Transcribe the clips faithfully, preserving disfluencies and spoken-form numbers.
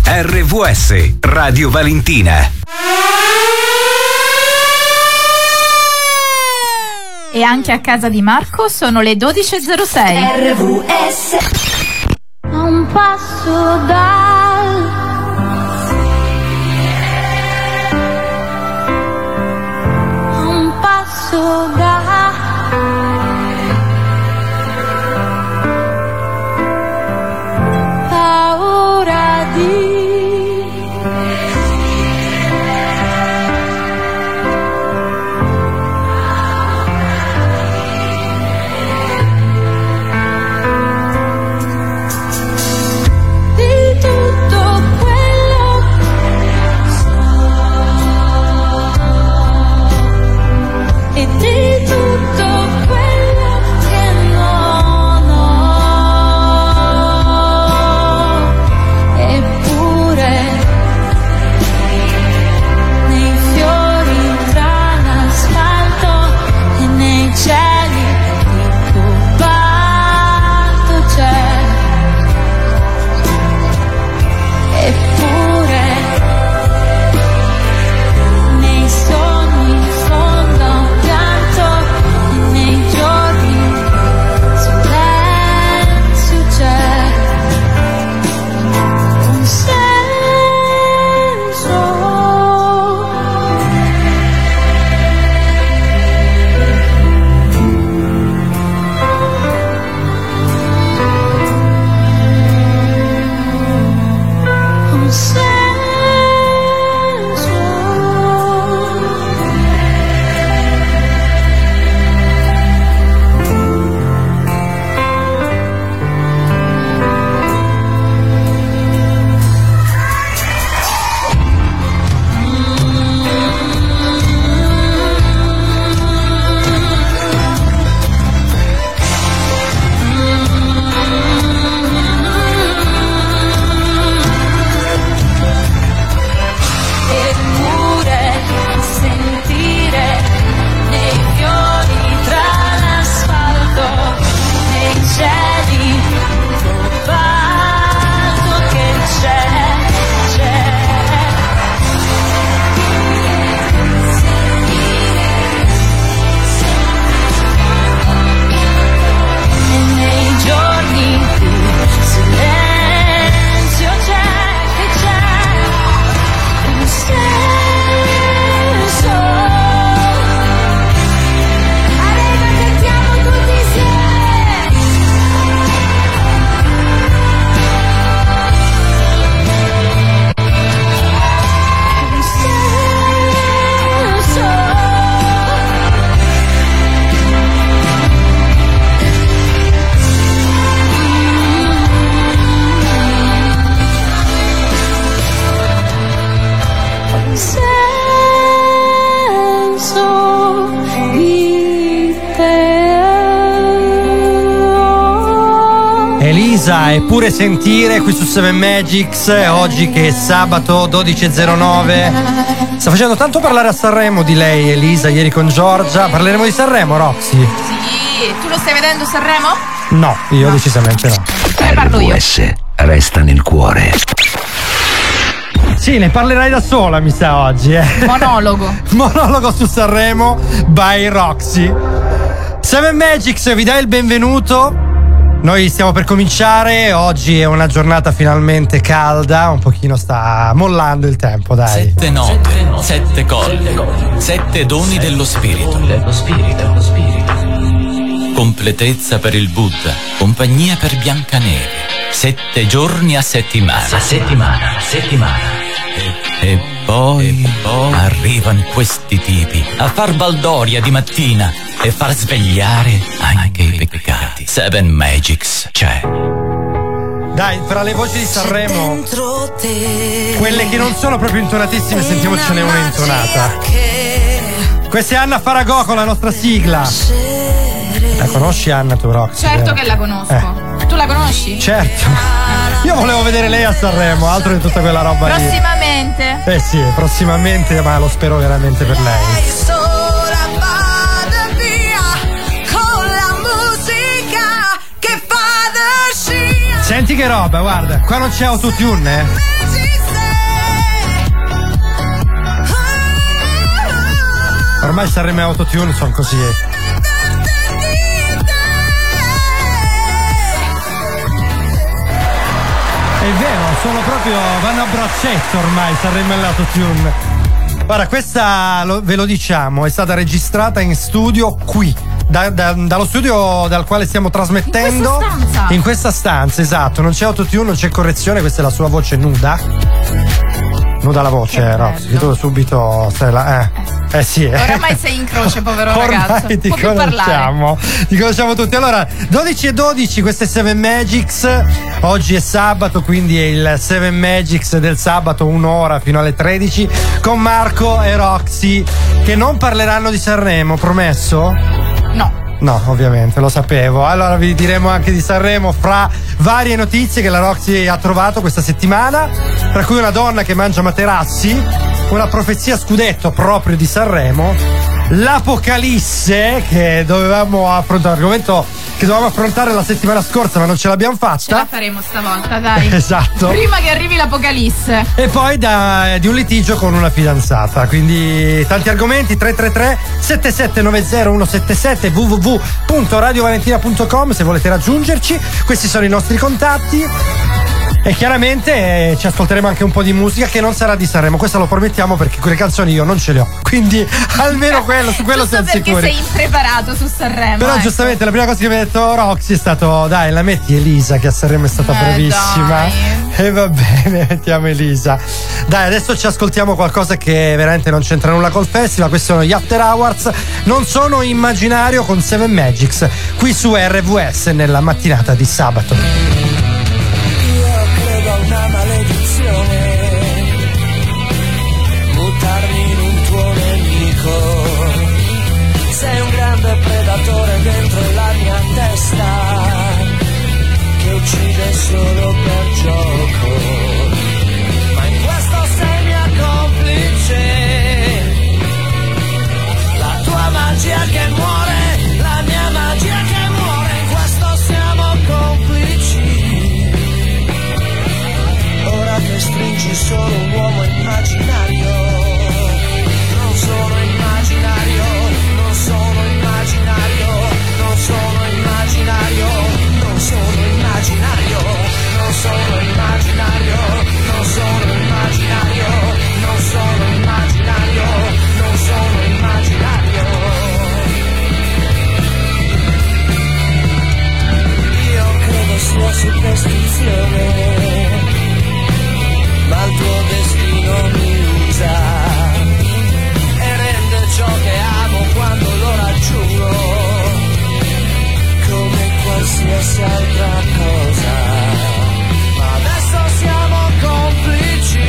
R V S Radio Valentina. E anche a casa di Marco sono le dodici e zero sei. R V S. A un passo dal a un passo da paura di Eppure sentire qui su Seven Magics, oggi che è sabato dodici e zero nove. Sta facendo tanto parlare a Sanremo di lei Elisa, ieri con Giorgia. Parleremo di Sanremo, Roxy? Sì, tu lo stai vedendo Sanremo? No, io decisamente no. Ne parlo io. R V S resta nel cuore. Sì, ne parlerai da sola, mi sa, oggi, eh. Monologo. Monologo su Sanremo by Roxy. Seven Magics vi dà il benvenuto. Noi stiamo per cominciare, oggi è una giornata finalmente calda, un pochino sta mollando il tempo, dai. Sette note, sette colli, sette doni dello spirito. Dello spirito, lo spirito. Completezza per il Buddha, compagnia per Biancaneve. Sette giorni a settimana. A settimana, a settimana. E, e poi, e poi arrivano questi tipi a far baldoria di mattina e far svegliare anche i peccati. Seven Magics c'è. Dai, fra le voci di Sanremo, quelle che non sono proprio intonatissime, sentiamocene una intonata. Questa è Anna Faragò con la nostra sigla. La conosci Anna tu, Roxy? Certo che la conosco. Eh. Tu la conosci? Certo. Io volevo vedere lei a Sanremo, altro di tutta quella roba lì. Prossimamente. Eh sì, prossimamente, ma lo spero veramente per lei. Senti che roba, guarda, qua non c'è autotune, eh? Ormai Sanremo e Autotune sono così. È vero, sono proprio, vanno a braccetto ormai Sanremo e l'Autotune. Guarda, questa lo, ve lo diciamo, è stata registrata in studio qui, da, da, dallo studio dal quale stiamo trasmettendo. In questa stanza. In questa stanza, esatto, non c'è Autotune, non c'è correzione, questa è la sua voce nuda. Nuda la voce, Roxy, tu subito stai là, eh. Eh sì, eh. Oramai sei in croce, povero ragazzo. Ormai ti Può più conosciamo, ti conosciamo tutti. Allora, dodici e dodici, questo è Seven Magics. Oggi è sabato, quindi è il Seven Magics del sabato, un'ora fino alle tredici, con Marco e Roxy, che non parleranno di Sanremo, promesso? No. No, ovviamente, lo sapevo. Allora vi diremo anche di Sanremo fra varie notizie che la Roxy ha trovato questa settimana, tra cui una donna che mangia materassi, una profezia scudetto proprio di Sanremo, l'Apocalisse che dovevamo affrontare, argomento che dovevamo affrontare la settimana scorsa ma non ce l'abbiamo fatta. Ce la faremo stavolta, dai. Esatto. Prima che arrivi l'Apocalisse. E poi da, di un litigio con una fidanzata. Quindi tanti argomenti. Tre tre tre sette sette nove zero uno sette sette w w w punto radio valentina punto com se volete raggiungerci. Questi sono i nostri contatti. E chiaramente eh, ci ascolteremo anche un po' di musica che non sarà di Sanremo, questo lo promettiamo perché quelle canzoni io non ce le ho, quindi almeno quello, su quello siamo perché sicuri. sei impreparato su Sanremo. Però ecco. Giustamente la prima cosa che mi ha detto Roxy è stato: dai, la metti Elisa che a Sanremo è stata Eh, bravissima. dai. E va bene, mettiamo Elisa. Dai, adesso ci ascoltiamo qualcosa che veramente non c'entra nulla col festival. Questi sono gli After Hours, non sono immaginario, con Seven Magics qui su R V S nella mattinata di sabato. Una maledizione, mutarmi in un tuo nemico. Sei un grande predatore dentro la mia testa, che uccide solo per gioco. Ma in questo sei mia complice, la tua magia che muore, la mia magia che muore. In questo siamo complici. Ora che stringi solo un uomo immaginario, non sono immaginario, non sono immaginario, non sono immaginario, non sono immaginario, non sono immaginario, non sono immaginario, non sono immaginario, non sono immaginario. Io credo sia superstizione, ma il tuo destino mi usa e rende ciò che amo quando lo raggiungo come qualsiasi altra cosa. Ma adesso siamo complici,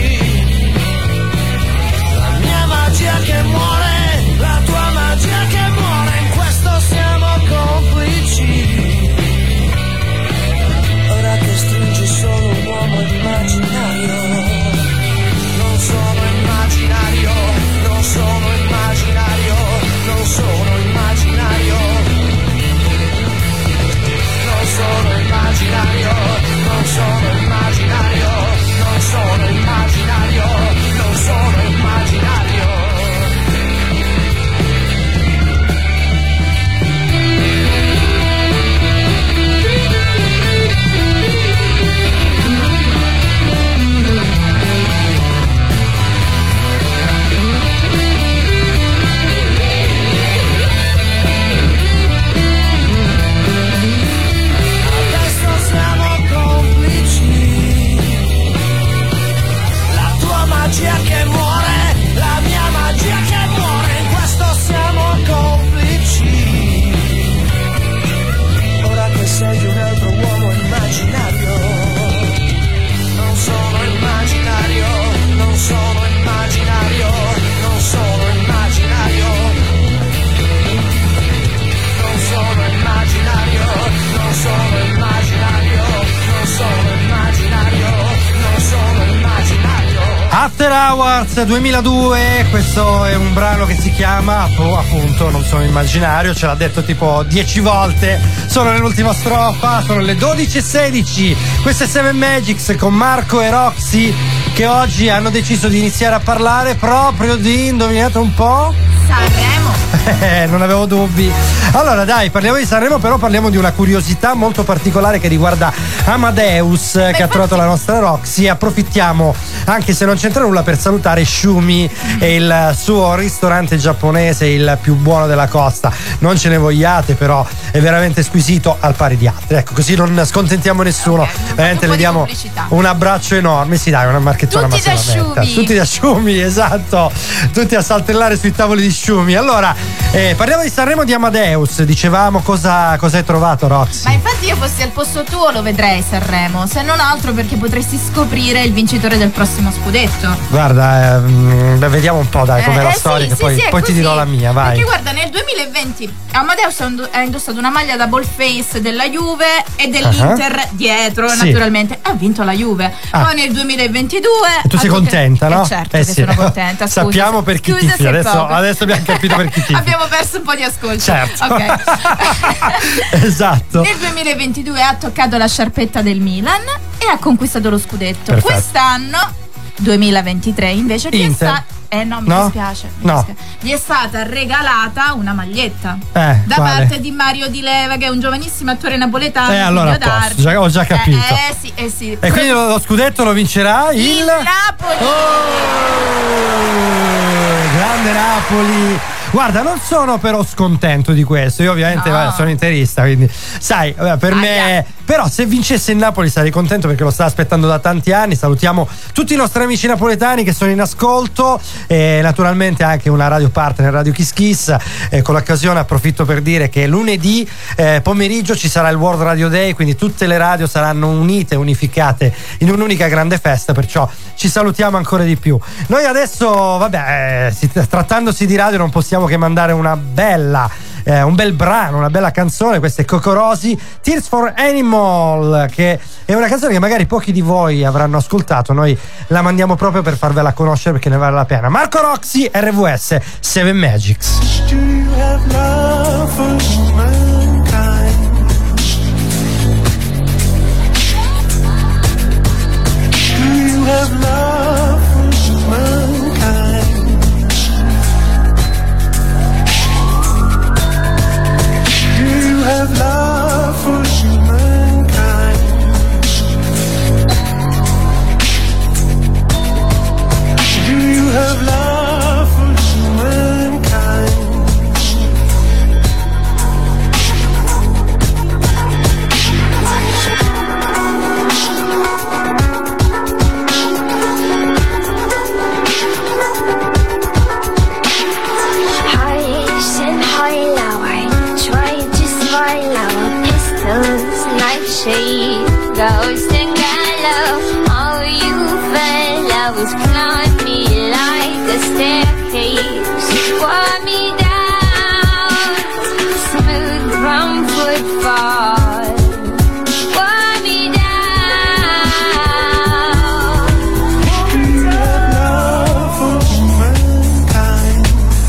la mia magia che muore, la tua magia che muore. In questo siamo complici. Ora che stringi solo un uomo immaginario, non sono immaginario, non sono immaginario, non sono immaginario, non sono immaginario, non sono immaginario, non sono immaginario, non sono immaginario. Magia che muore, la mia magia che muore, in questo siamo complici. Ora che sei un altro uomo immaginario, non sono immaginario, non sono immaginario, non sono immaginario, non sono immaginario, non sono immaginario, non sono immaginario, non sono immaginario. After Hours duemiladue, questo è un brano che si chiama appunto Non sono immaginario, ce l'ha detto tipo dieci volte, sono nell'ultima strofa, sono le dodici e sedici, questo è Seven Magics con Marco e Roxy che oggi hanno deciso di iniziare a parlare proprio di, indovinate un po'? Sanremo. Eh, non avevo dubbi. Allora dai, parliamo di Sanremo, però parliamo di una curiosità molto particolare che riguarda Amadeus, Beh, che ha trovato la nostra Roxy. Approfittiamo, anche se non c'entra nulla, per salutare Shumi e il suo ristorante giapponese, il più buono della costa. Non ce ne vogliate, però è veramente squisito al pari di altri. Ecco, così non scontentiamo nessuno. Okay, veramente le diamo un abbraccio enorme. Sì, dai, una marchettona. Tutti da Shumi. Tutti da Shumi, esatto. Tutti a saltellare sui tavoli di Shumi. Allora, eh, parliamo di Sanremo, di Amadeus. Dicevamo cosa, cosa hai trovato, Roxy? Ma infatti io fossi al posto tuo lo vedrei Sanremo, se non altro perché potresti scoprire il vincitore del prossimo scudetto. Guarda, ehm, vediamo un po', dai, com'è eh, la sì, storia, che sì, poi, sì, poi ti dirò la mia, vai. Perché guarda, nel duemilaventi Amadeus ha indossato una maglia da ballface della Juve e dell'Inter uh-huh. dietro, sì. naturalmente. Ha vinto la Juve. Ah. Poi nel duemilaventidue e tu sei contenta, no? Eh certo eh che sì. sono contenta. Scusa. Sappiamo per chi tifi. Adesso, adesso abbiamo capito per chi tifi. Abbiamo perso un po' di ascolto. Certo. Ok. Esatto. Nel duemilaventidue ha toccato la sciarpetta del Milan e ha conquistato lo scudetto. Perfetto. Quest'anno duemilaventitré invece gli è sta- eh no mi no? dispiace mi no. dispiace. Gli è stata regalata una maglietta eh, da quale? parte di Mario Di Leva, che è un giovanissimo attore napoletano. Eh allora posso, già, ho già capito. Eh, eh sì, eh sì. E quindi lo, lo scudetto lo vincerà il, il Napoli. Oh, grande Napoli. Guarda, non sono però scontento di questo. Io ovviamente no. vabbè, sono interista, quindi sai, vabbè, per ah, me yeah. Però se vincesse il Napoli sarei contento, perché lo sta aspettando da tanti anni. Salutiamo tutti i nostri amici napoletani che sono in ascolto, e naturalmente anche una radio partner, Radio Kiss Kiss. E con l'occasione approfitto per dire che lunedì eh, pomeriggio ci sarà il World Radio Day, quindi tutte le radio saranno unite, unificate in un'unica grande festa, perciò ci salutiamo ancora di più. Noi adesso, vabbè, eh, si, trattandosi di radio non possiamo che mandare una bella eh, un bel brano, una bella canzone. Questa è Cocorosi, Tears for Animal, che è una canzone che magari pochi di voi avranno ascoltato. Noi la mandiamo proprio per farvela conoscere, perché ne vale la pena. Marco Roxy, R V S, Seven Magics. Do you have love for mankind? Do you have love for mankind? Do you have love for humankind? Do you have love for humankind? Highs and high low, I try to smile. Our pistols, nightshade, ghost and gallow. All you fellows climb me like a staircase, walk me down, smooth from footfall. Walk me down. Do you have love for humankind?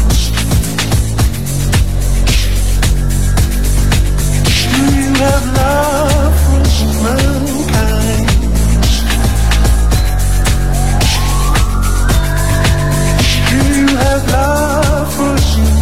Do you have love for humankind? Do you have love for humankind?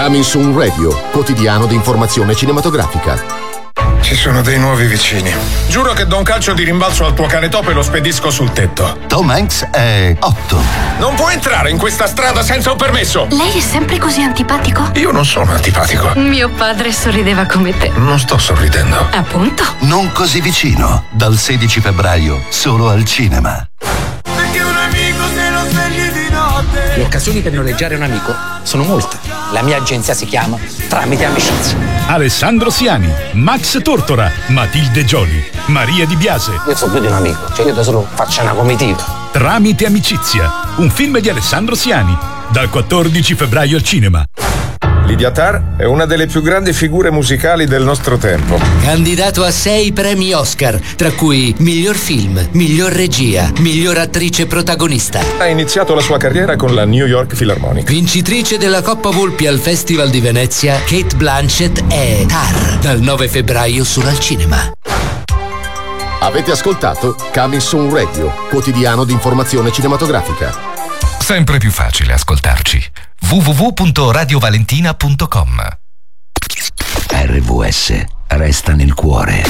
Coming Soon Radio, quotidiano di informazione cinematografica. Ci sono dei nuovi vicini. Giuro che do un calcio di rimbalzo al tuo cane topo e lo spedisco sul tetto. Tom Hanks è otto. Non può entrare in questa strada senza un permesso. Lei è sempre così antipatico? Io non sono antipatico. Mio padre sorrideva come te. Non sto sorridendo. Appunto. Non così vicino. Dal sedici febbraio, solo al cinema. Perché un amico se lo svegli di notte. Le occasioni per noleggiare un amico sono molte. La mia agenzia si chiama Tramite Amicizia. Alessandro Siani, Max Tortora, Matilde Gioli, Maria Di Biase. Io so più di un amico, cioè io da solo faccio una comitiva. Tramite Amicizia, un film di Alessandro Siani, dal quattordici febbraio al cinema. Lydia Tarr è una delle più grandi figure musicali del nostro tempo. Candidato a sei premi Oscar, tra cui miglior film, miglior regia, miglior attrice protagonista. Ha iniziato la sua carriera con la New York Philharmonic. Vincitrice della Coppa Volpi al Festival di Venezia, Kate Blanchett è Tarr, dal nove febbraio solo al cinema. Avete ascoltato Coming Soon Radio, quotidiano di informazione cinematografica. Sempre più facile ascoltarci. w w w punto radio valentina punto com. R V S resta nel cuore.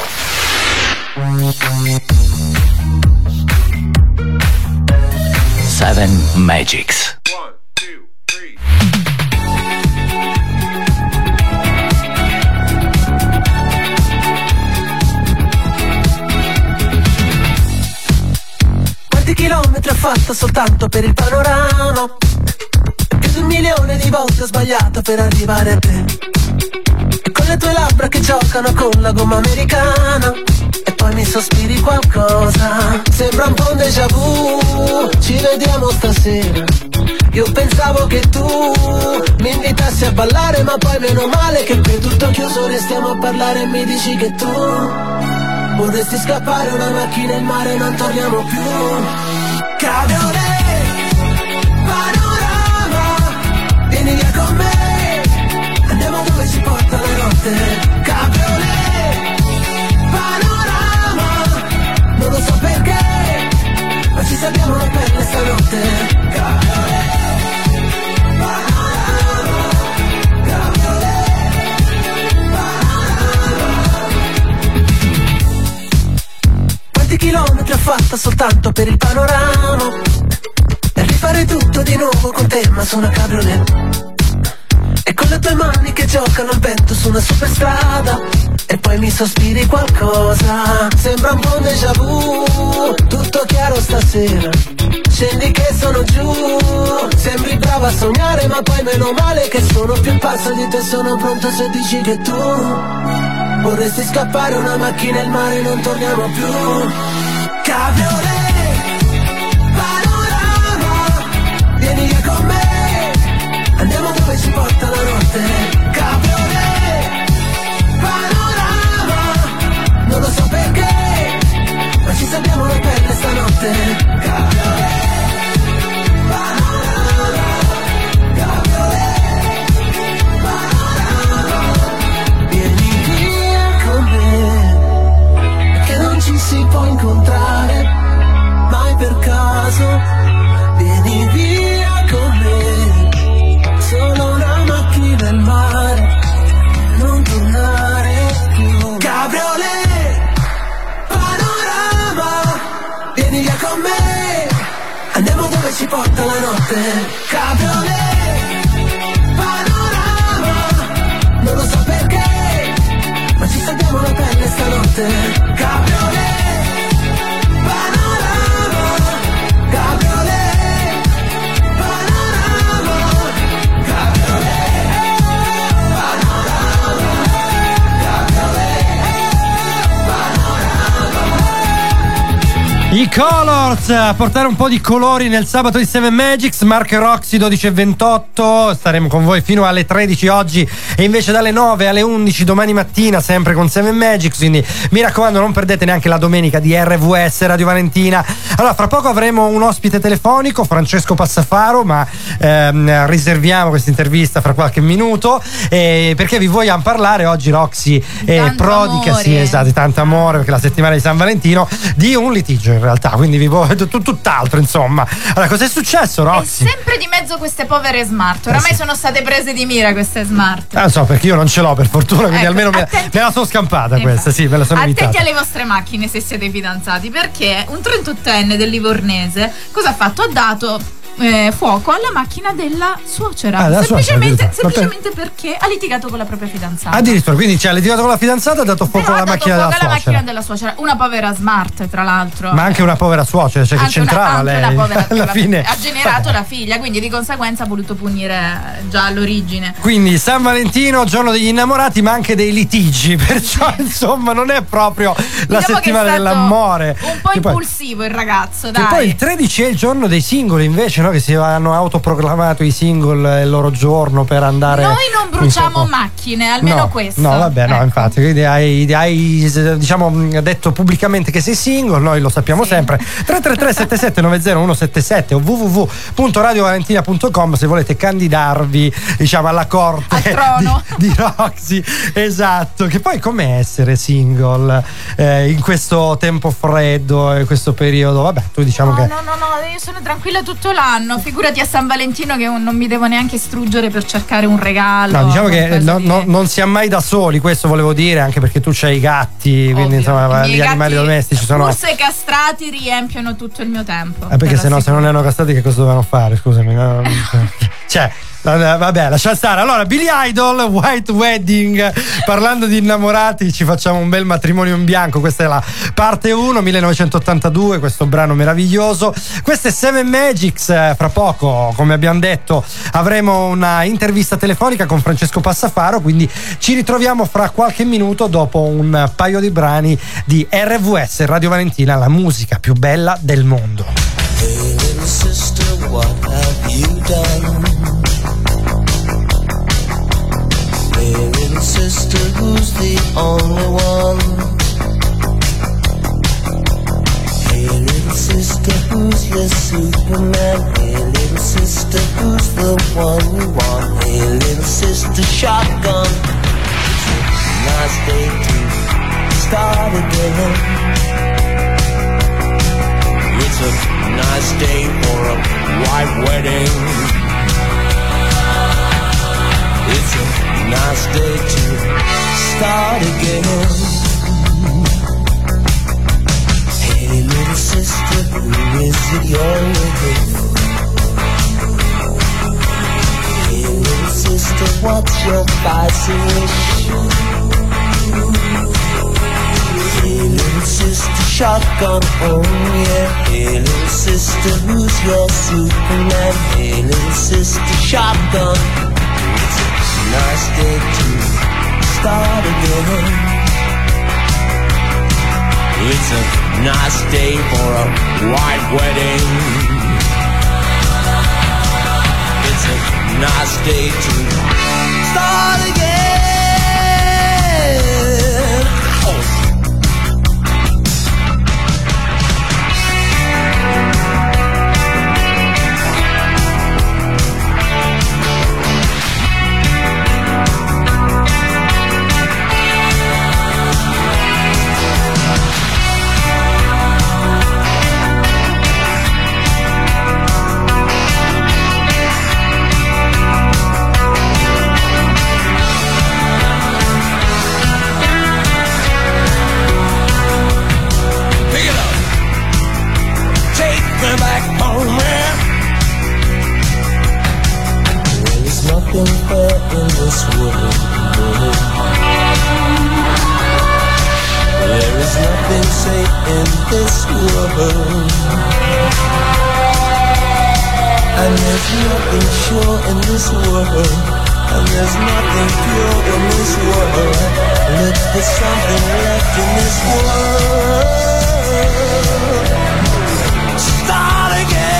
Seven Magics. Quanti chilometri ho fatto soltanto per il panorama? Più di un milione di volte ho sbagliato per arrivare a te. E con le tue labbra che giocano con la gomma americana, e poi mi sospiri qualcosa. Sembra un po' un déjà vu, ci vediamo stasera. Io pensavo che tu mi invitassi a ballare, ma poi meno male che qui è tutto chiuso, restiamo a parlare e mi dici che tu vorresti scappare una macchina in mare e non torniamo più. Cabriolet, panorama, vieni via con me, andiamo dove ci porta la notte. Cabriolet, panorama, non lo so perché, ma ci salviamo la pelle stanotte. Cabriolet, panorama, cabriolet, panorama. Quanti chilometri ho fatto soltanto per il panorama, e rifare tutto di nuovo con te, ma su una cabriolet. E con le tue mani che giocano al vento su una superstrada, e poi mi sospiri qualcosa. Sembra un po' un déjà vu, tutto chiaro stasera. Scendi che sono giù, sembri brava a sognare, ma poi meno male che sono più pazzo di te. Sono pronto se dici che tu vorresti scappare una macchina e il mare, non torniamo più. Cabriolet, panorama, vieni via con me, andiamo dove ci porta la notte. Cabriolet, panorama, non lo so perché, ma ci salviamo la pelle stanotte. Cabriolet, panorama, cabriolet, panorama, vieni via con me, che non ci si può incontrare mai per caso. Vieni via con me, solo una macchina e il mare, non tornare più. Cabriolet, panorama, vieni via con me, andiamo dove ci porta la notte. Cabriolet, panorama, non lo so perché, ma ci salviamo la pelle stanotte. Cabriolet, I Colors a portare un po' di colori nel sabato di Seven Magics. Mark e Roxy dodici e ventotto, staremo con voi fino alle tredici oggi e invece dalle nove alle undici domani mattina sempre con Seven Magics, quindi mi raccomando non perdete neanche la domenica di R V S Radio Valentina. Allora fra poco avremo un ospite telefonico, Francesco Passafaro, ma ehm, riserviamo questa intervista fra qualche minuto eh, perché vi vogliamo parlare oggi, Roxy e Prodica, sì esatto, tanto amore perché la settimana di San Valentino, di un litigio in realtà realtà, quindi vi può, t- tutt'altro insomma. Allora, cos'è successo, Roxy? E sempre di mezzo queste povere smart, oramai eh sì. sono state prese di mira queste smart. Ah, so, perché io non ce l'ho per fortuna, quindi ecco, almeno me, me la sono scampata eh, questa, sì, me la sono evitata. Attenti alle vostre macchine se siete fidanzati, perché un trentottenne del Livornese cosa ha fatto? Ha dato Eh, fuoco alla macchina della suocera, ah, semplicemente, suocera, semplicemente perché ha litigato con la propria fidanzata. Addirittura, quindi cioè, ha litigato con la fidanzata e ha dato fuoco alla macchina della suocera. macchina della suocera, una povera smart tra l'altro. Ma anche una povera suocera, cioè anche che c'entrava una, lei povera, alla fine ha generato la figlia, quindi di conseguenza ha voluto punire già all'origine. Quindi San Valentino, giorno degli innamorati, ma anche dei litigi, perciò insomma non è proprio la diciamo settimana dell'amore. Un po' che impulsivo poi, il ragazzo, dai. Che poi il tredici è il giorno dei singoli invece, no? Che si hanno autoproclamato i single il loro giorno per andare. Noi non bruciamo macchine, almeno no, questo. No, vabbè, no, ecco. infatti, quindi hai, hai diciamo detto pubblicamente che sei single, noi lo sappiamo sì. sempre. tre tre tre sette sette nove zero uno sette sette o w w w punto radio valentina punto com se volete candidarvi, diciamo, alla corte al trono di, di Roxy. Esatto, che poi com'è essere single eh, in questo tempo freddo, in questo periodo? Vabbè, tu diciamo no, che no, no, no, io sono tranquilla tutto l'anno, figurati a San Valentino che non mi devo neanche struggere per cercare un regalo. No, diciamo che no, di... no, non si è mai da soli, questo volevo dire, anche perché tu c'hai i gatti, ovvio. Quindi insomma gli animali domestici sono forse castrati riempiono tutto il mio tempo. Eh, perché se no, se non erano castrati che cosa dovevano fare? Scusami. No, cioè vabbè, lascia stare. Allora, Billy Idol, White Wedding. Parlando di innamorati, ci facciamo un bel matrimonio in bianco. Questa è la parte uno, millenovecentottantadue, questo brano meraviglioso. Questo è Seven Magics. Fra poco, come abbiamo detto, avremo una intervista telefonica con Francesco Passafaro, quindi ci ritroviamo fra qualche minuto dopo un paio di brani di R V S Radio Valentina, la musica più bella del mondo. Hey little sister, what have you done? Hey little sister, who's the only one? Hey little sister, who's your Superman? Hey little sister, who's the one you want? Hey little sister, shotgun. It's a nice day to start again. It's a nice day for a white wedding. It's a nice day to start again. Hey little sister, who is it you're with? Hey little sister, what's your spicy wish? Hey little sister, shotgun, oh yeah. Hey little sister, who's your Superman? Hey little sister, shotgun. It's a nice day to start again. It's a nice day for a white wedding. It's a nice day to start again. Oh. Nothing fair in this world. There is nothing safe in this world. And there's nothing sure in this world. And there's nothing pure in this world. Look for something left in this world. Start again.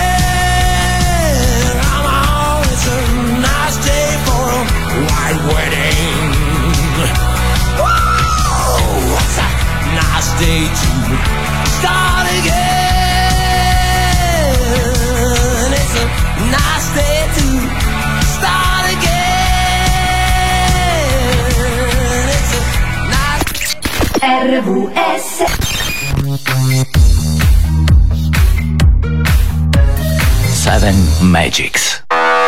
White wedding. Whoa, it's a nice day to start again. It's a nice day to start again. It's a nice R V S Seven Magics.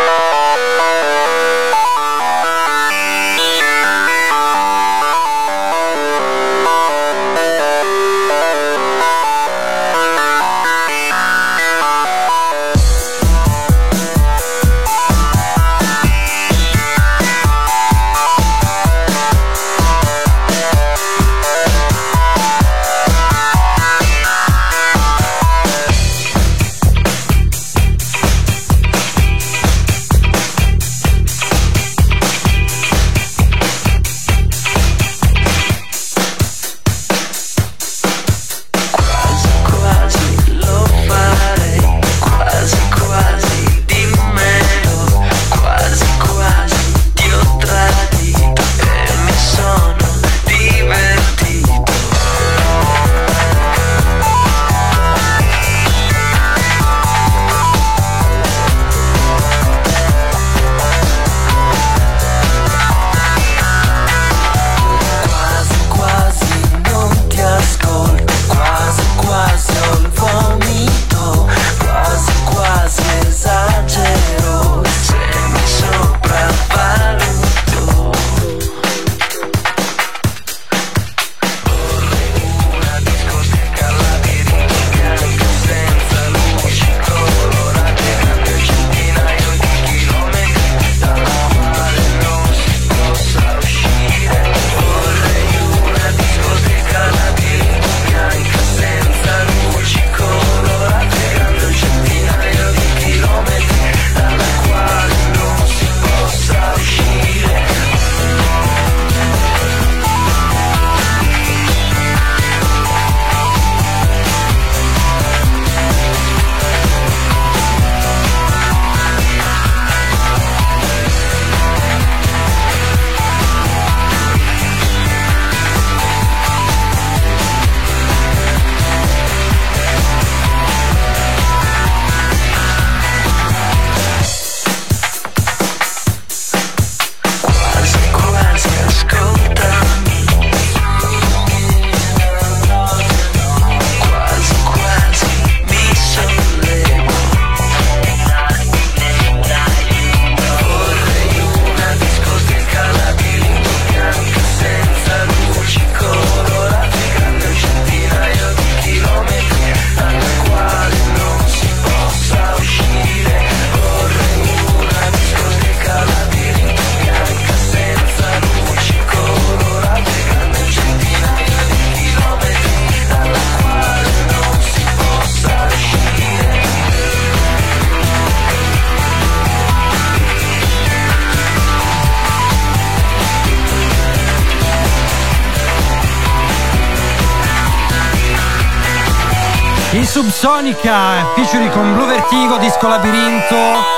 Subsonica, featuring con Blue Vertigo, Disco Labirinto.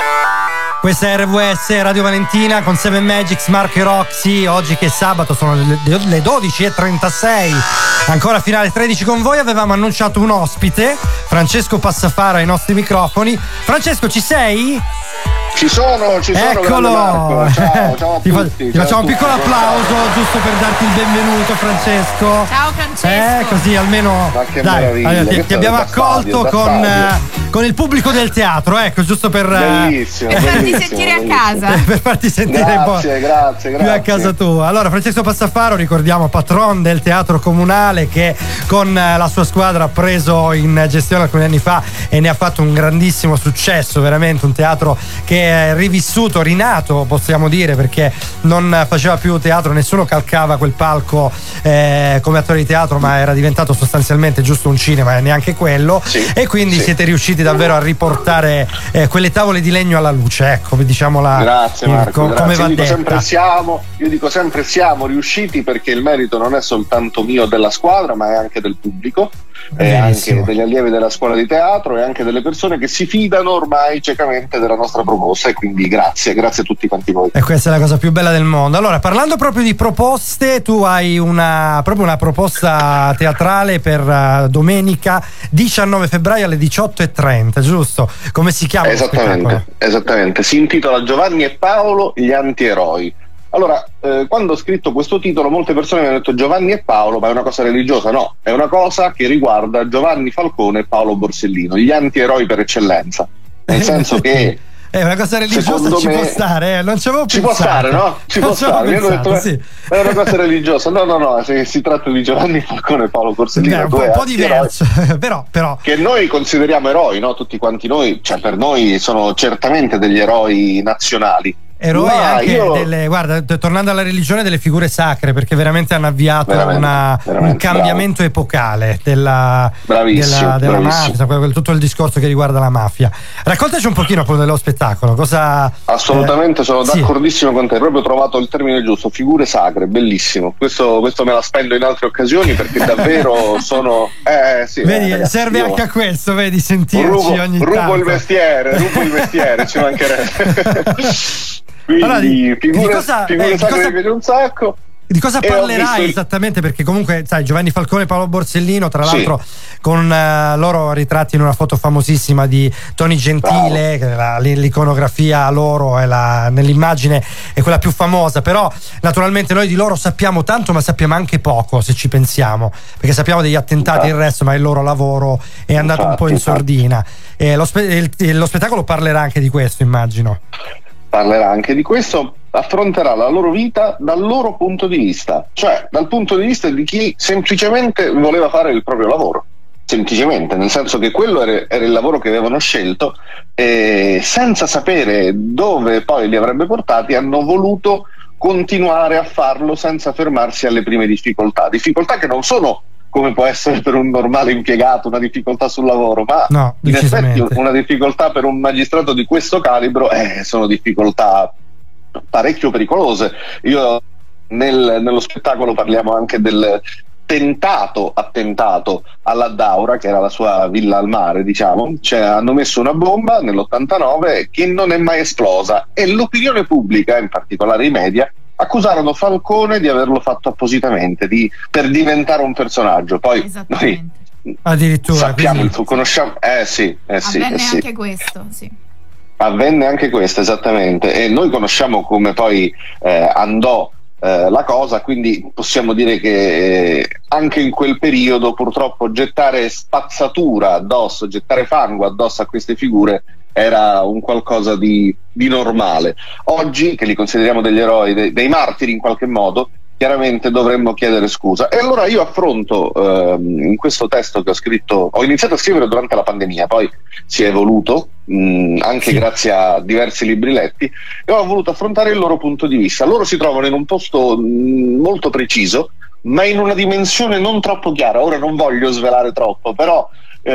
Questa è R V S Radio Valentina con Seven Magics, Marco e Roxy. Oggi che è sabato sono le dodici e trentasei, ancora finale tredici con voi. Avevamo annunciato un ospite, Francesco Passafaro ai nostri microfoni. Francesco, ci sei? Ci sono, ci sono. Eccolo. Marco. Ciao, ciao a ti, fa, tutti, ti ciao facciamo un tutti. piccolo applauso giusto per darti il benvenuto, Francesco. Ciao Francesco. Eh, così almeno Ma che dai, meraviglia, allora, ti, che ti abbiamo da accolto stadio, da con, stadio. eh, con il pubblico del teatro, ecco, giusto per Bellissimo, per farti bellissimo, sentire a bellissimo. casa. per farti sentire Grazie, un po' grazie, grazie. più a casa tua. Allora, Francesco Passafaro, ricordiamo, patron del Teatro Comunale, che con la sua squadra ha preso in gestione alcuni anni fa e ne ha fatto un grandissimo successo, veramente un teatro che è rivissuto, rinato, possiamo dire, perché non faceva più teatro, nessuno calcava quel palco eh, come attore di teatro, ma era diventato sostanzialmente giusto un cinema e neanche quello, sì, e quindi sì. siete riusciti davvero a riportare eh, quelle tavole di legno alla luce, ecco, diciamola. Grazie Marco, co- grazie. come va io, dico detta. sempre siamo, io dico sempre siamo riusciti, perché il merito non è soltanto mio, della squadra, ma è anche del pubblico, e anche degli allievi della scuola di teatro e anche delle persone che si fidano ormai ciecamente della nostra proposta, e quindi grazie, grazie a tutti quanti voi. E questa è la cosa più bella del mondo. Allora, parlando proprio di proposte, tu hai una proprio una proposta teatrale per uh, domenica diciannove febbraio alle diciotto e trenta, giusto? Come si chiama? Esattamente, esattamente. Si intitola Giovanni e Paolo, gli antieroi. Allora, eh, quando ho scritto questo titolo, molte persone mi hanno detto Giovanni e Paolo, ma è una cosa religiosa? No, è una cosa che riguarda Giovanni Falcone e Paolo Borsellino, gli antieroi per eccellenza. nel senso che è una cosa religiosa, ci me, può stare, eh? Non ci avevo ci pensato. può stare, no? Ci non può stare. Pensato, Io ho detto, sì. È una cosa religiosa. No, no, no, se si tratta di Giovanni Falcone e Paolo Borsellino, Beh, un po', un po' diverso, però, però che noi consideriamo eroi, no? Tutti quanti noi, cioè per noi sono certamente degli eroi nazionali. Eroi Ma anche io... delle, guarda, tornando alla religione, delle figure sacre, perché veramente hanno avviato veramente, una, veramente, un cambiamento bravo. epocale della, della, della mafia, tutto il discorso che riguarda la mafia. Raccontaci un pochino quello dello spettacolo. Cosa, Assolutamente, eh, sono sì. d'accordissimo con te, hai proprio trovato il termine giusto, figure sacre, bellissimo. Questo, questo me la spendo in altre occasioni perché davvero sono. Eh, sì, vedi, eh, ragazzi, serve io... anche a questo, vedi, sentirci rubo, ogni rubo tanto. il mestiere, rubo il mestiere, ci mancherebbe. Quindi allora, di, figure, di cosa, figure eh, sacre cosa, mi piace un sacco. Di cosa e parlerai il... esattamente? Perché comunque, sai, Giovanni Falcone e Paolo Borsellino, tra l'altro, sì. con uh, loro ritratti in una foto famosissima di Tony Gentile, che la, l'iconografia loro è la, nell'immagine è quella più famosa, però naturalmente noi di loro sappiamo tanto, ma sappiamo anche poco, se ci pensiamo, perché sappiamo degli attentati e il resto, ma il loro lavoro è andato infatti, un po' in infatti. sordina. E lo, spe- il, lo spettacolo parlerà anche di questo, immagino. Parlerà anche di questo, affronterà la loro vita dal loro punto di vista, cioè dal punto di vista di chi semplicemente voleva fare il proprio lavoro, semplicemente, nel senso che quello era, era il lavoro che avevano scelto e senza sapere dove poi li avrebbe portati hanno voluto continuare a farlo senza fermarsi alle prime difficoltà, difficoltà che non sono come può essere per un normale impiegato una difficoltà sul lavoro, ma no, in effetti una difficoltà per un magistrato di questo calibro eh, sono difficoltà parecchio pericolose. Io nel, nello spettacolo parliamo anche del tentato attentato alla Daura, che era la sua villa al mare, diciamo, cioè hanno messo una bomba nell'ottantanove che non è mai esplosa e l'opinione pubblica, in particolare i media, accusarono Falcone di averlo fatto appositamente, di, per diventare un personaggio. Poi noi addirittura sappiamo quindi... il suo, conosciamo. Eh sì, eh sì. Avvenne eh sì. anche questo, sì. Avvenne anche questo, esattamente. E noi conosciamo come poi eh, andò eh, la cosa, quindi possiamo dire che eh, anche in quel periodo purtroppo gettare spazzatura addosso, gettare fango addosso a queste figure era un qualcosa di, di normale. Oggi, che li consideriamo degli eroi, dei, dei martiri in qualche modo, chiaramente dovremmo chiedere scusa. E allora io affronto ehm, in questo testo che ho scritto, ho iniziato a scrivere durante la pandemia, poi si è evoluto mh, anche sì. grazie a diversi libri letti, e ho voluto affrontare il loro punto di vista. Loro si trovano in un posto mh, molto preciso, ma in una dimensione non troppo chiara. Ora non voglio svelare troppo, però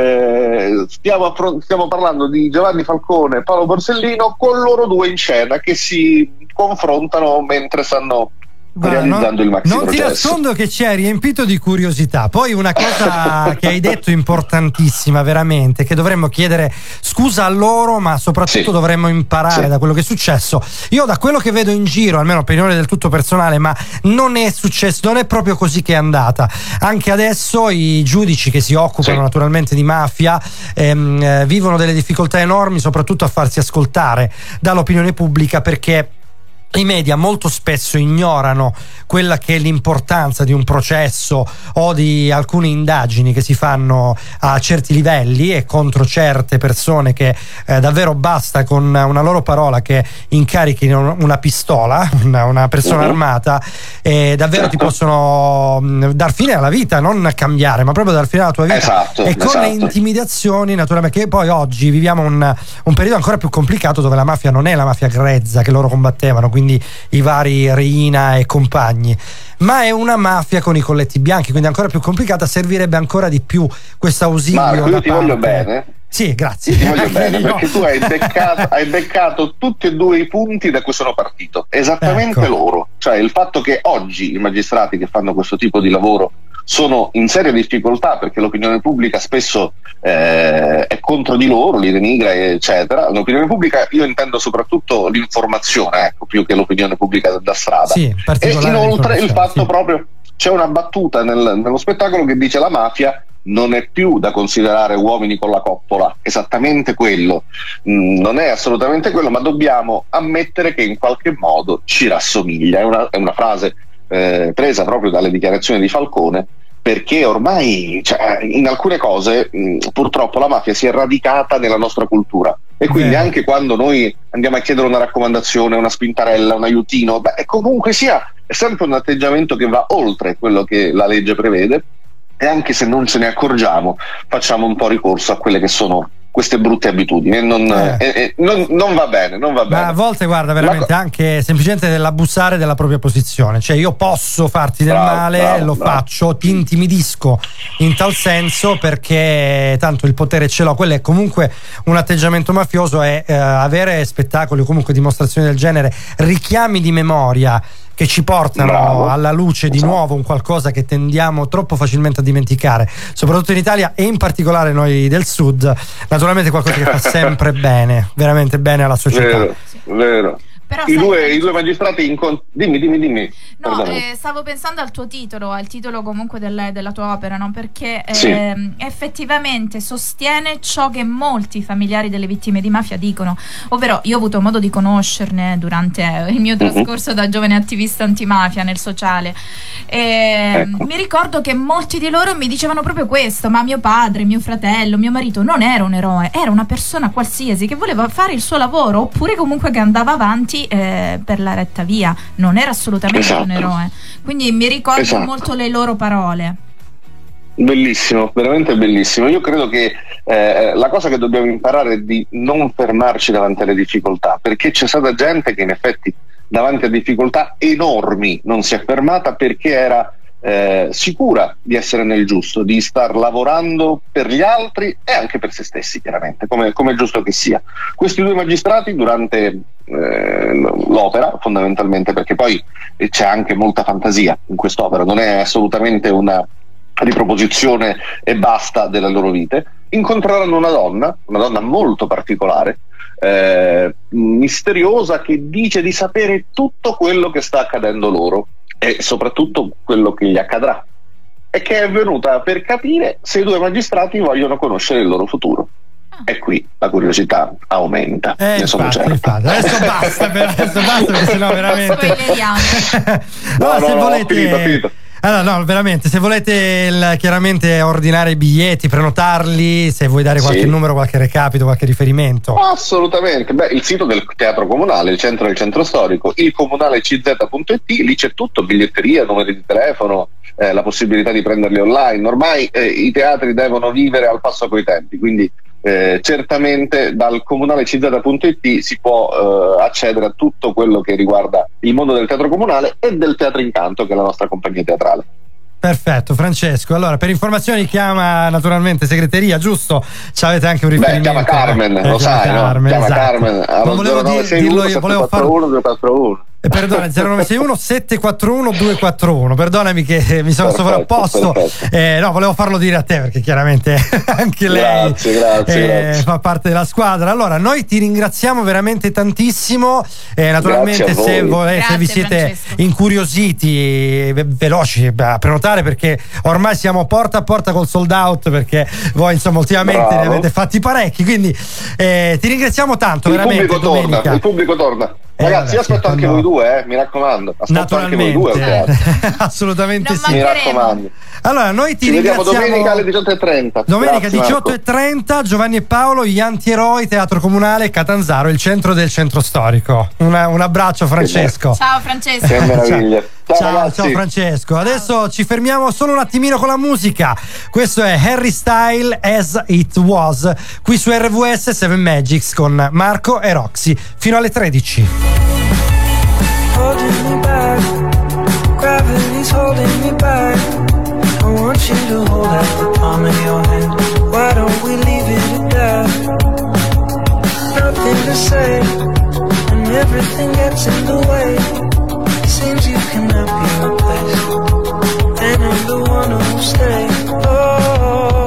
Eh, stiamo, affront- stiamo parlando di Giovanni Falcone e Paolo Borsellino con loro due in scena che si confrontano mentre stanno Guarda, realizzando non, il maxi non processo. ti nascondo che ci hai riempito di curiosità. Poi una cosa che hai detto importantissima veramente, che dovremmo chiedere scusa a loro, ma soprattutto sì. dovremmo imparare sì. da quello che è successo. Io da quello che vedo in giro, almeno opinione del tutto personale, ma non è successo, non è proprio così che è andata. Anche adesso i giudici che si occupano sì. naturalmente di mafia ehm, eh, vivono delle difficoltà enormi, soprattutto a farsi ascoltare dall'opinione pubblica, perché i media molto spesso ignorano quella che è l'importanza di un processo o di alcune indagini che si fanno a certi livelli e contro certe persone che eh, davvero basta con una loro parola che incarichino una pistola, una, una persona uh-huh. armata, e davvero certo. ti possono mh, dar fine alla vita, non cambiare, ma proprio dar fine alla tua vita. Esatto, e con esatto. le intimidazioni, naturalmente, che poi oggi viviamo un, un periodo ancora più complicato, dove la mafia non è la mafia grezza che loro combattevano, quindi i vari Reina e compagni, ma è una mafia con i colletti bianchi, quindi ancora più complicata. Servirebbe ancora di più questo ausilio. Marco, io ti parte... voglio bene. Sì, grazie. Io ti voglio bene perché tu hai beccato, hai beccato tutti e due i punti da cui sono partito, esattamente ecco. loro, cioè il fatto che oggi i magistrati che fanno questo tipo di lavoro sono in seria difficoltà perché l'opinione pubblica spesso eh, è contro di loro, li denigra eccetera. L'opinione pubblica, io intendo soprattutto l'informazione, ecco, più che l'opinione pubblica da strada. Sì, e inoltre il fatto sì. proprio, c'è una battuta nel, nello spettacolo che dice la mafia non è più da considerare uomini con la coppola, esattamente quello, mm, non è assolutamente quello, ma dobbiamo ammettere che in qualche modo ci rassomiglia. È una, è una frase eh, presa proprio dalle dichiarazioni di Falcone, perché ormai cioè, in alcune cose mh, purtroppo la mafia si è radicata nella nostra cultura. E quindi Beh. anche quando noi andiamo a chiedere una raccomandazione, una spintarella, un aiutino, beh, comunque sia, è sempre un atteggiamento che va oltre quello che la legge prevede, e anche se non ce ne accorgiamo facciamo un po' ricorso a quelle che sono queste brutte abitudini e non, eh. eh, eh, non, non va bene, non va bene. Ma a volte, guarda, veramente co- anche semplicemente dell'abusare della propria posizione, cioè io posso farti del bravo, male, bravo, lo bravo. faccio, ti intimidisco in tal senso perché tanto il potere ce l'ho. Quello è comunque un atteggiamento mafioso, è eh, avere spettacoli o comunque dimostrazioni del genere, richiami di memoria che ci portano Bravo. alla luce di Esatto. nuovo un qualcosa che tendiamo troppo facilmente a dimenticare, soprattutto in Italia e in particolare noi del sud. Naturalmente qualcosa che fa sempre bene, veramente bene alla società. Vero, vero. Però I sai- due, i due magistrati incont- dimmi, dimmi, dimmi. No, Perdonami. eh, stavo pensando al tuo titolo, al titolo comunque del- della tua opera, no? Perché Sì. ehm, effettivamente sostiene ciò che molti familiari delle vittime di mafia dicono, ovvero io ho avuto modo di conoscerne durante il mio trascorso da giovane attivista antimafia nel sociale. E Ecco. mi ricordo che molti di loro mi dicevano proprio questo: ma mio padre, mio fratello, mio marito non era un eroe, era una persona qualsiasi che voleva fare il suo lavoro, oppure comunque che andava avanti eh, per la retta via, non era assolutamente Esatto. un eroe. Quindi mi ricordo Esatto. molto le loro parole. Bellissimo, veramente bellissimo. Io credo che eh, la cosa che dobbiamo imparare è di non fermarci davanti alle difficoltà, perché c'è stata gente che in effetti davanti a difficoltà enormi non si è fermata perché era eh, sicura di essere nel giusto, di star lavorando per gli altri e anche per se stessi, chiaramente, come, come è giusto che sia. Questi due magistrati durante eh, l'opera, fondamentalmente, perché poi c'è anche molta fantasia in quest'opera, non è assolutamente una riproposizione e basta delle loro vite, incontreranno una donna, una donna molto particolare, eh, misteriosa, che dice di sapere tutto quello che sta accadendo loro e soprattutto quello che gli accadrà, e che è venuta per capire se i due magistrati vogliono conoscere il loro futuro. E qui la curiosità aumenta, Eh, ne sono infatti, certo. infatti. Adesso basta, per- adesso basta perché sennò veramente. Spoileriamo. No, Allora, no, se no, volete... ho finito, ho finito. Allora, no, veramente, se volete il- chiaramente ordinare i biglietti, prenotarli, se vuoi dare qualche Sì. numero, qualche recapito, qualche riferimento. Assolutamente. Beh, il sito del Teatro Comunale, il centro del centro storico, il comunale c z punto i t, lì c'è tutto: biglietteria, numeri di telefono, eh, la possibilità di prenderli online. Ormai eh, i teatri devono vivere al passo coi tempi, quindi eh, certamente dal comunale c z punto i t si può eh, accedere a tutto quello che riguarda il mondo del teatro comunale e del Teatro Incanto, che è la nostra compagnia teatrale. Perfetto, Francesco. Allora, per informazioni chiama naturalmente segreteria, giusto? Ci avete anche un Beh, riferimento. chiama Carmen, Eh, lo chiama sai, no? Carmen, Chiama esatto. Carmen allo Non volevo dir- zero nove sei dirlo uno io, volevo sette farlo. quattro uno due quattro uno. Eh, Perdona, zero nove sei uno sette quattro uno due quattro uno. Perdonami che eh, mi sono Perfetto, sovrapposto. perfetto. Eh, no, volevo farlo dire a te perché chiaramente anche lei Grazie, grazie, eh, grazie. fa parte della squadra. Allora, noi ti ringraziamo veramente tantissimo. Eh, naturalmente, Grazie a se, voi. volete, se vi Grazie, siete Francesco. incuriositi, ve- veloci beh, a prenotare, perché ormai siamo porta a porta col sold out, perché voi insomma ultimamente Bravo. ne avete fatti parecchi. Quindi eh, ti ringraziamo tanto, Il veramente. pubblico torna, domenica. il pubblico torna. Eh, Ragazzi, vabbè, io aspetto sì, anche quando- voi due, eh, mi raccomando. Aspetto anche voi due al teatro. Assolutamente Non sì. Mi mancheremo. raccomando. Allora, noi ti Ci vediamo ringraziamo. domenica alle diciotto e trenta. Domenica Grazie, diciotto e Marco. trenta, Giovanni e Paolo, gli antieroi, Teatro Comunale, Catanzaro, il centro del centro storico. Una- un abbraccio, Francesco. Ciao Francesco. Che meraviglia. Ciao, Ciao, ragazzi. ciao Francesco. Adesso ci fermiamo solo un attimino con la musica. Questo è Harry Style As It Was, qui su R V S Seven Magics con Marco e Roxy fino alle tredici. Holding me back, gravity's holding me back. I want you to hold out the palm of your hand. Why don't we leave it at that? Nothing to say, and everything gets in the way. Seems you cannot be replaced, and I'm the one who'll stay. Oh,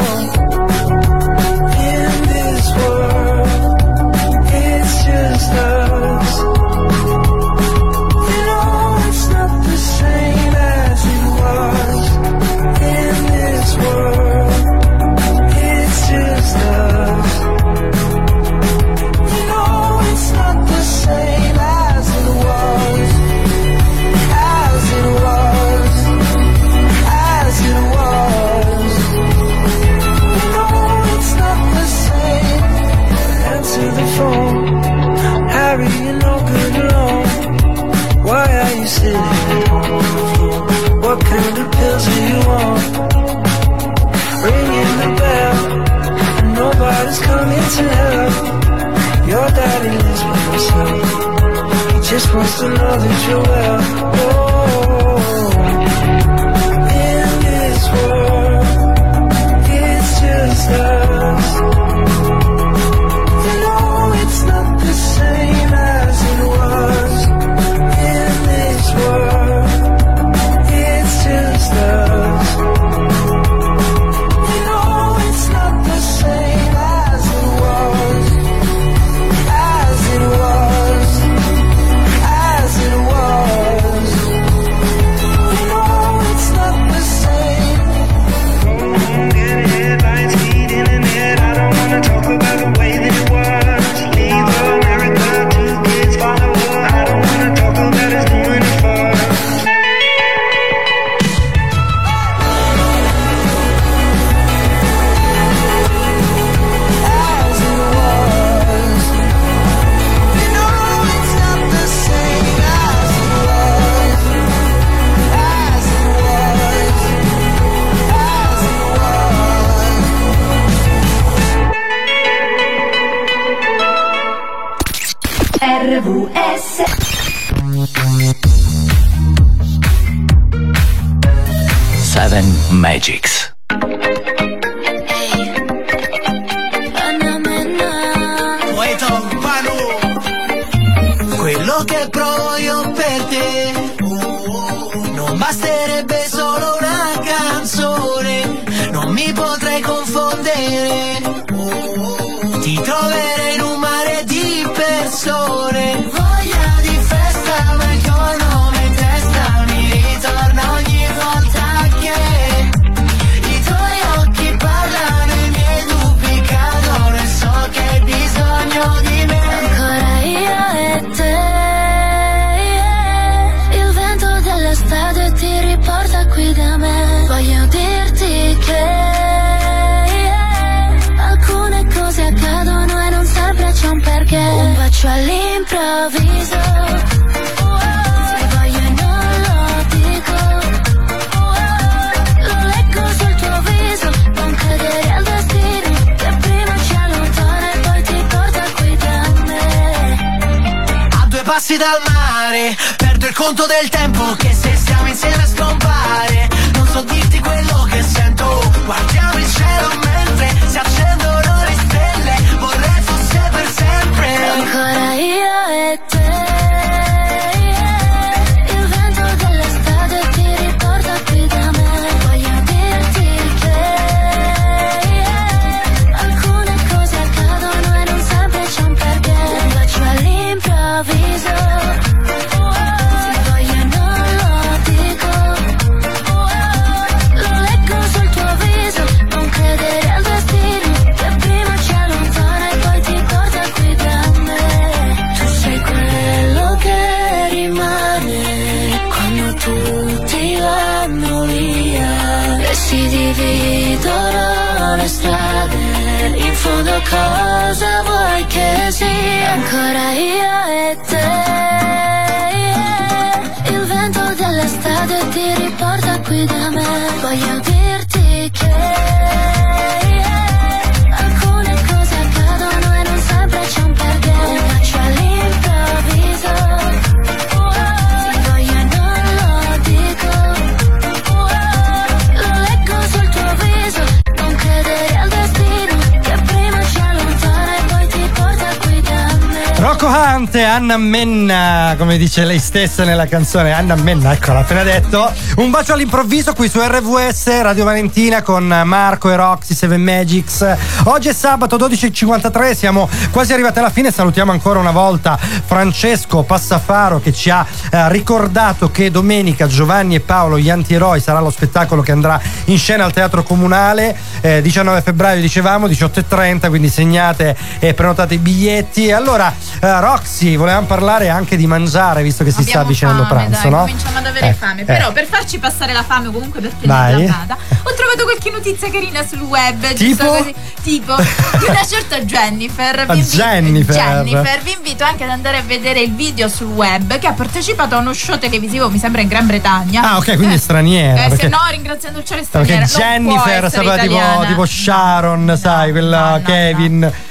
in this world, it's just us. It's not the same as it was. In this world, it's just us. You know it's not the same as it was. just wants to know that you're well. Oh, in this world, it's just us. You know it's not the same as it was. In this world, it's just us. You know it's not the same as it was. As it was. As it was. You know it's not the same. Get headlines feeding in it. I don't wanna talk about the way that it was. Leave America, two kids follow her. I don't wanna talk about us doing it for us. As it was. You know it's not the same as it was. As it was. As it was. R V S Seven Magics. Quello che provo io per te non basterebbe solo una canzone, non mi potrei confondere, ti troverei in un mare di persone. Voglia di festa ma il tuo nome in testa mi ritorna ogni volta che i tuoi occhi parlano, i miei dubbi cadono e so che hai bisogno di me. Ancora io e te, il vento dell'estate ti riporta qui da me. Voglio dirti che alcune cose accadono e non sempre c'è un perché. Un bacio all'improvviso, se voglio e non lo dico, lo leggo sul tuo viso. Non credere al destino che prima ci allontana e poi ti porta qui da me. A due passi dal mare, perdo il conto del tempo che se stiamo insieme scompare. Non so dirti quello che sento, guardiamo il cielo mentre si accendono le stelle. Vorrei fosse per sempre. Ancora io e te, il vento dell'estate ti riporta qui da me. Voglio dirti che alcune cose accadono e non sempre c'è un perché. Un bacio all'improvviso, se voglio e non lo dico, lo leggo sul tuo viso. Non credere al destino che prima ci allontana e poi ti porta qui da me. Tu sei quello che rimane quando tutti vanno via e si dividono le strade. In fondo cosa vuoi che sia? Ancora io e te, il vento dell'estate ti riporta qui da me. Voglio dirti che alcune cose accadono e non sempre c'è un perché. Un bacio all'improvviso, se voglio e non lo dico, lo leggo sul tuo viso. Non credere al destino che prima ci allontana e poi ti porta qui da me. Rocco Hunt e Anna Menna, come dice lei stessa nella canzone. Anna Menna, ecco, l'ha appena detto. Un bacio all'improvviso qui su R V S Radio Valentina con Marco e Roxy, Seven Magics. Oggi è sabato dodici e cinquantatré, siamo quasi arrivati alla fine. Salutiamo ancora una volta Francesco Passafaro che ci ha eh, ricordato che domenica Giovanni e Paolo gli antieroi sarà lo spettacolo che andrà in scena al Teatro Comunale, eh, diciannove febbraio dicevamo, diciotto e trenta, quindi segnate e prenotate i biglietti. Allora eh, Roxy, volevamo parlare anche di mangiare, visto che si Abbiamo sta avvicinando fame, pranzo, dai, no? cominciamo ad avere Eh, fame. eh. Però per farci passare la fame, comunque per Vai. tenere la vada, ho trovato qualche notizia carina sul web. Giusto Tipo? così. Tipo di una certa Jennifer. Ah, Vi invi- Jennifer. Jennifer, vi invito anche ad andare a vedere il video sul web, che ha partecipato a uno show televisivo, mi sembra in Gran Bretagna. Ah, ok, quindi Eh, è straniera. Eh, perché, se no, ringraziando il cielo è perché straniera. Non può Jennifer essere sapeva tipo, italiana. tipo Sharon, sai, quella no, no, Kevin.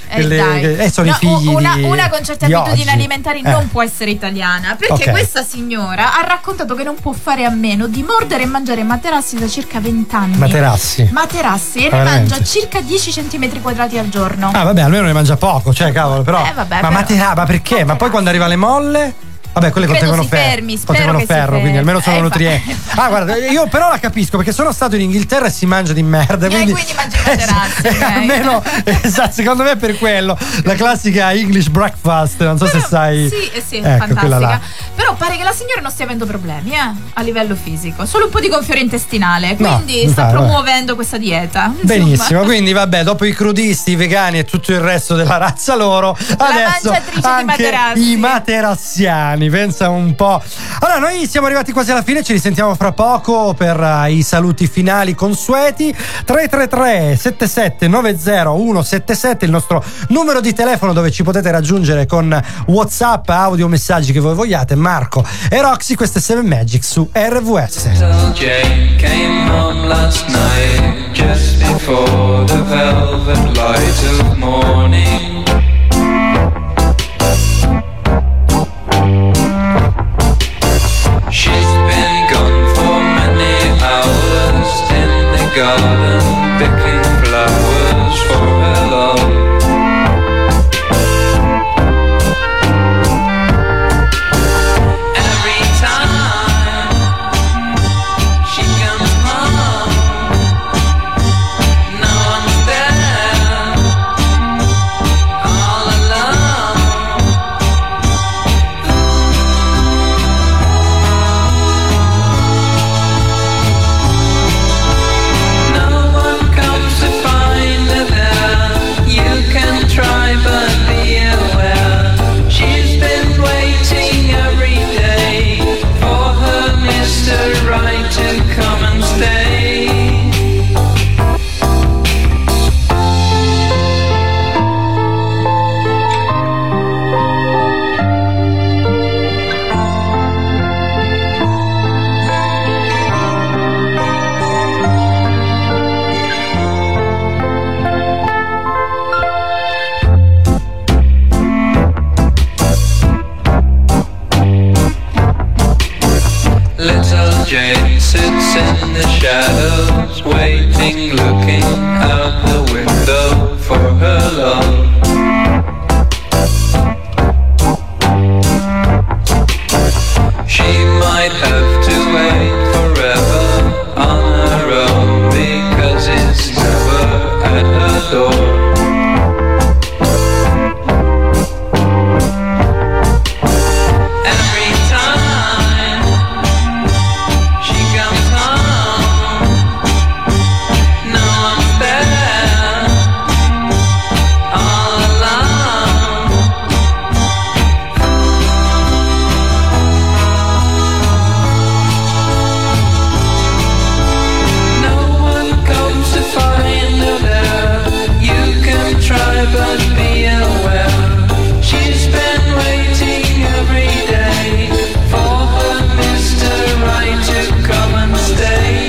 Eh, le, dai. che, eh, sono No, i figli una, di, una con certe di abitudini oggi. alimentari Eh. non può essere italiana, perché Ok. questa signora ha raccontato che non può fare a meno di mordere e mangiare materassi da circa venti anni. Materassi. Materassi e Ah, ne veramente? mangia circa dieci centimetri quadrati al giorno. Ah, vabbè, almeno ne mangia poco, cioè, cavolo, però. Eh, vabbè, ma però- matera, ma perché? Ma poi quando arriva le molle? Vabbè, quelle Credo contengono si ferro. fermi, spero contengono che si ferro, fermi. quindi almeno sono Eh, nutrienti. Ah, guarda, io però la capisco perché sono stato in Inghilterra e si mangia di merda. E Quindi, quindi mangi materassi. eh, ok. almeno, esatto, secondo me è per quello. La classica English breakfast, non so se sai. Sì, eh sì, Ecco, quella là. fantastica. Però pare che la signora non stia avendo problemi eh, a livello fisico, solo un po' di gonfiore intestinale, quindi No, sta dai, promuovendo questa dieta. Insomma. Benissimo, quindi vabbè, dopo i crudisti, i vegani e tutto il resto della razza loro, adesso mangiatrice di anche materassi. i materassiani, pensa un po'. Allora, noi siamo arrivati quasi alla fine, ci risentiamo fra poco per uh, i saluti finali consueti. Tre tre tre sette sette nove zero uno sette sette il nostro numero di telefono dove ci potete raggiungere con WhatsApp, audio, messaggi che voi vogliate. Marco e Roxy, queste Seven Magic su R V S. Jane came home last night just before the velvet light of morning. She's been gone for many hours in the garden picking flowers for her love. Every time she comes home, no one's there, all alone. No one comes to find her there. You can try, but be aware. She's been waiting every day for her Mister Right to come and stay. Little Jane sits in the shadows, waiting, looking out the window for her love. She might have to wait forever on her own because it's never at her door. Every time she comes home, no one's there, all alone. No one comes to find her there. You can try, but be aware. She's been waiting every day for her Mister Right to come and stay.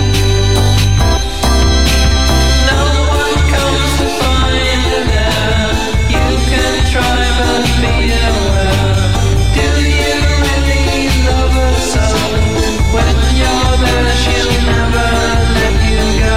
No one comes to find her there. You can try, but be aware. Do you really love her so? When you're there, she'll never let you go.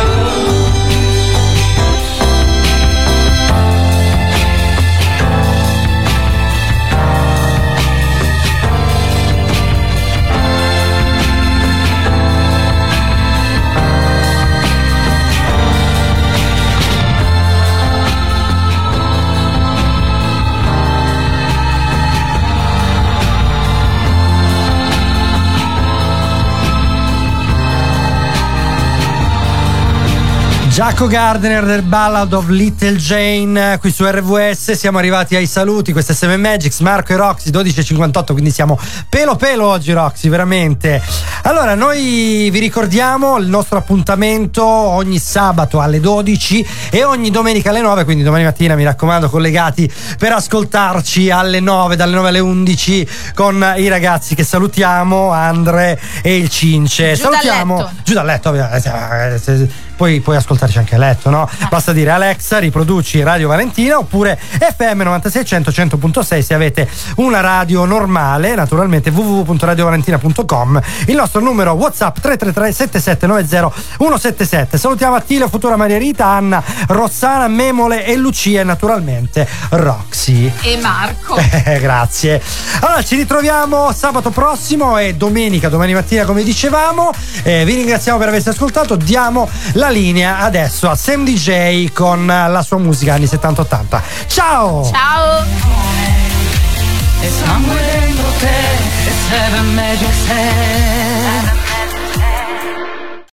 Giacomo Gardner del Ballad of Little Jane qui su R V S. Siamo arrivati ai saluti, queste Seven Magics, Marco e Roxy, dodici e cinquantotto, quindi siamo pelo pelo oggi, Roxy, veramente. Allora, noi vi ricordiamo il nostro appuntamento ogni sabato alle dodici e ogni domenica alle nove, quindi domani mattina mi raccomando collegati per ascoltarci alle nove, dalle nove alle undici con i ragazzi che salutiamo, Andre e il Cince. Giù dal salutiamo letto. giù dal letto, ovviamente. poi puoi ascoltarci anche a letto, no? Basta dire Alexa, riproduci Radio Valentina, oppure F M novantasei cento cento punto sei se avete una radio normale, naturalmente w w w punto radio valentina punto com. Il nostro numero WhatsApp tre tre tre sette sette nove zero uno sette sette. Salutiamo Attilio, Futura Maria Rita, Anna, Rossana, Memole e Lucia e naturalmente Roxy. E Marco. Eh, grazie. Allora ci ritroviamo sabato prossimo e domenica, domani mattina come dicevamo. Eh, vi ringraziamo per averci ascoltato. Diamo la linea adesso a Sam D J con la sua musica anni settanta ottanta. Ciao! Ciao! E sangue dentro te, e seven magic set.